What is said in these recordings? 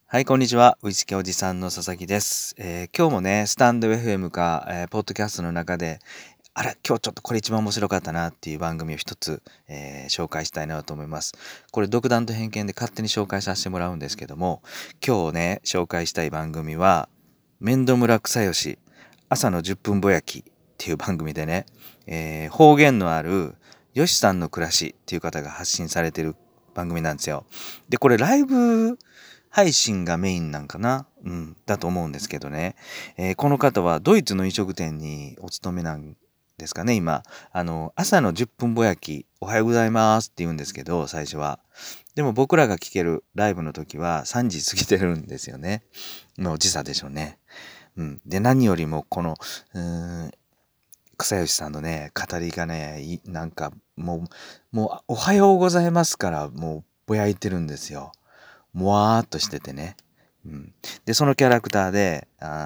はい、こんにちは。ウイスキーおじさんの佐々木です。今日もね、スタンド FM か、ポッドキャストの中で、今日ちょっとこれ一番面白かったなっていう番組を一つ、紹介したいなと思います。これ独断と偏見で勝手に紹介させてもらうんですけども、今日ね、紹介したい番組は、面倒村草吉、朝の10分ぼやきっていう番組でね、方言のあるよしさんの暮らしっていう方が発信されてる番組なんですよ。で、これライブ配信がメインなんかな、だと思うんですけどね、この方はドイツの飲食店にお勤めなんですかね、今。朝の10分ぼやき、おはようございますって言うんですけど、最初は。でも僕らが聞けるライブの時は3時過ぎてるんですよね。の時差でしょうね。で、何よりもこの、草吉さんのね、語りがね、なんかもう、おはようございますから、もうぼやいてるんですよ。もわーっとしててね。で、そのキャラクターで、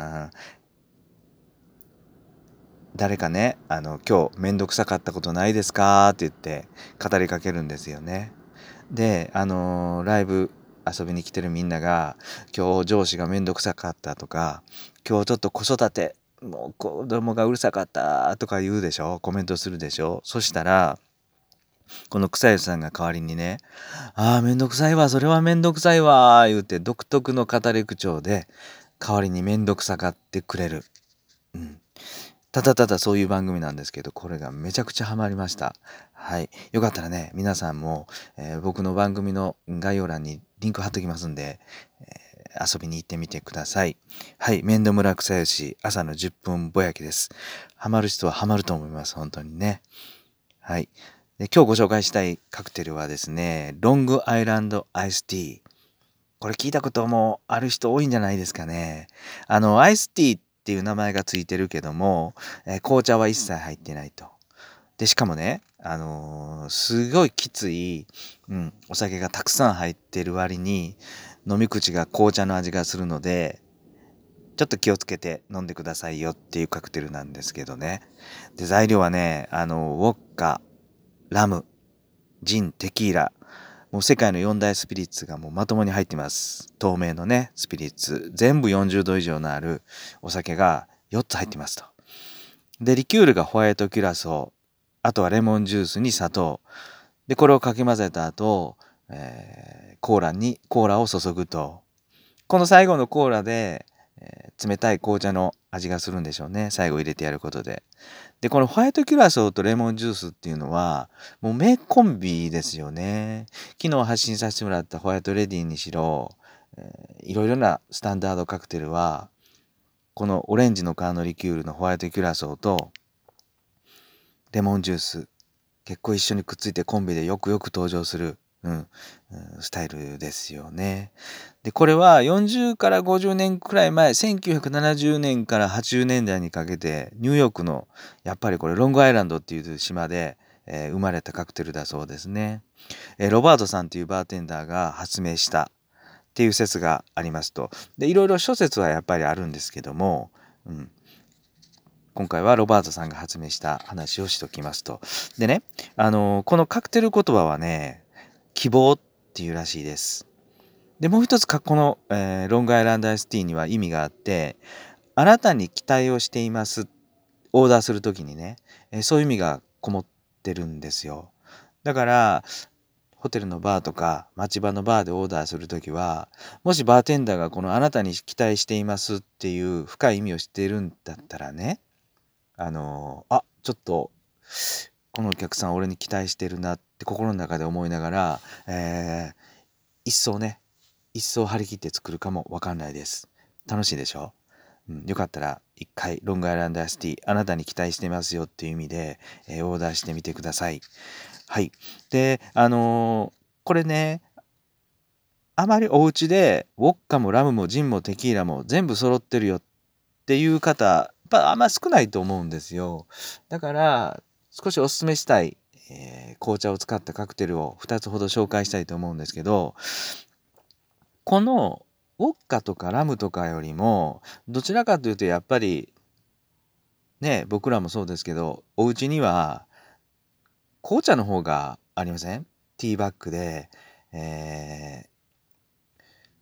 誰かね、今日めんどくさかったことないですかって言って語りかけるんですよね。で、ライブ遊びに来てるみんなが、今日上司がめんどくさかったとか、今日ちょっと子育て、もう子供がうるさかったとか言うでしょ、コメントするでしょ。そしたら、この草吉さんが代わりにね、めんどくさいわ、それはめんどくさいわ、言うて独特の語り口調で、代わりにめんどくさがってくれる。ただただそういう番組なんですけど、これがめちゃくちゃハマりました。はい。よかったらね、皆さんも、僕の番組の概要欄にリンク貼っときますんで、遊びに行ってみてください。はい。面倒村草吉、朝の10分ぼやきです。ハマる人はハマると思います。本当にね。はい。で、今日ご紹介したいカクテルはですね、ロングアイランドアイスティー。これ聞いたこともある人多いんじゃないですかね。アイスティーっていう名前がついてるけども、紅茶は一切入ってないと。で、しかもね、すごいきつい、お酒がたくさん入ってる割に、飲み口が紅茶の味がするので、ちょっと気をつけて飲んでくださいよっていうカクテルなんですけどね。で、材料はね、ウォッカ、ラム、ジン、テキーラ、もう世界の4大スピリッツがもうまともに入ってます。透明のね、スピリッツ。全部40度以上のあるお酒が4つ入ってますと。で、リキュールがホワイトキュラソー。あとはレモンジュースに砂糖。で、これをかき混ぜた後、コーラを注ぐと。この最後のコーラで、冷たい紅茶の味がするんでしょうね。最後入れてやることで。で、このホワイトキュラソーとレモンジュースっていうのは、もう名コンビですよね。昨日発信させてもらったホワイトレディにしろ、いろいろなスタンダードカクテルは、このオレンジの皮のリキュールのホワイトキュラソーとレモンジュース、結構一緒にくっついてコンビでよくよく登場する、スタイルですよね。で、これは40から50年くらい前、1970年から80年代にかけて、ニューヨークの、やっぱりこれロングアイランドっていう島で、生まれたカクテルだそうですね。ロバートさんっていうバーテンダーが発明したっていう説がありますと。で、いろいろ諸説はやっぱりあるんですけども、今回はロバートさんが発明した話をしときますと。でね、このカクテル言葉はね、希望っていうらしいです。で、もう一つこの、ロングアイランドアイスティーには意味があって、あなたに期待をしています。オーダーするときにね、そういう意味がこもってるんですよ。だから、ホテルのバーとか町場のバーでオーダーするときは、もしバーテンダーがこのあなたに期待していますっていう深い意味を知っているんだったらね、ちょっと、このお客さん俺に期待してるなって心の中で思いながら、一層ね、一層張り切って作るかもわかんないです。楽しいでしょ？よかったら一回ロングアイランドアイスティーあなたに期待してますよっていう意味で、オーダーしてみてください。はい。で、これね、あまりお家でウォッカもラムもジンもテキーラも全部揃ってるよっていう方、やっぱあんま少ないと思うんですよ。だから少しおすすめしたい、紅茶を使ったカクテルを2つほど紹介したいと思うんですけど、このウォッカとかラムとかよりもどちらかというとやっぱりね、僕らもそうですけど、お家には紅茶の方がありません？ティーバッグで、え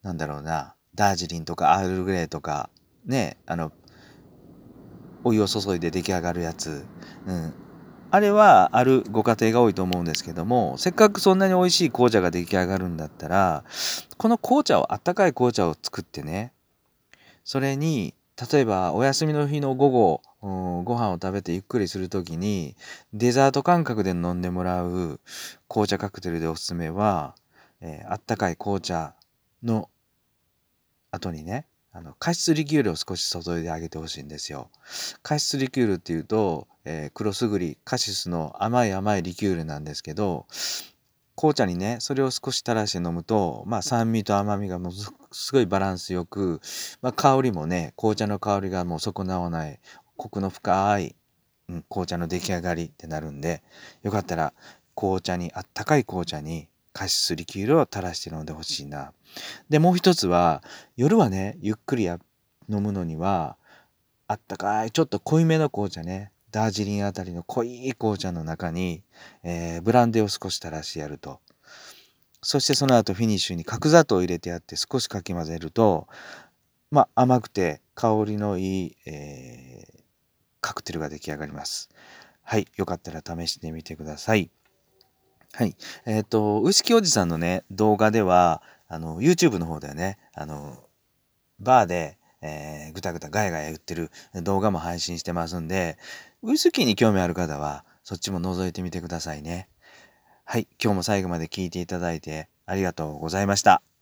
なんだろうな、ダージリンとかアールグレイとか、ね、お湯を注いで出来上がるやつ。うん。あれはあるご家庭が多いと思うんですけども、せっかくそんなに美味しい紅茶が出来上がるんだったら、この紅茶を、あったかい紅茶を作ってね、それに、例えばお休みの日の午後、ご飯を食べてゆっくりするときに、デザート感覚で飲んでもらう紅茶カクテルでおすすめは、あったかい紅茶の後にね、カシスリキュールを少し注いであげてほしいんですよ。カシスリキュールっていうと、黒すぐり、カシスの甘い甘いリキュールなんですけど、紅茶にね、それを少し垂らして飲むと、まあ酸味と甘みがもうすごいバランスよく、まあ香りもね、紅茶の香りがもう損なわない、コクの深い、紅茶の出来上がりってなるんで、よかったらあったかい紅茶にカシスリキュールを垂らして飲んでほしいな。で、もう一つは、夜はね、ゆっくり飲むのには、あったかい、ちょっと濃いめの紅茶ね、ダージリンあたりの濃い紅茶の中に、ブランデーを少し垂らしてやると。そしてその後フィニッシュに角砂糖を入れてやって少しかき混ぜると、まあ、甘くて香りのいい、カクテルが出来上がります。はい、よかったら試してみてください。はい。ウイスキーおじさんのね、動画では、YouTube の方ではね、バーで、ぐたぐたガヤガヤ言ってる動画も配信してますんで、ウイスキーに興味ある方は、そっちも覗いてみてくださいね。はい。今日も最後まで聞いていただいてありがとうございました。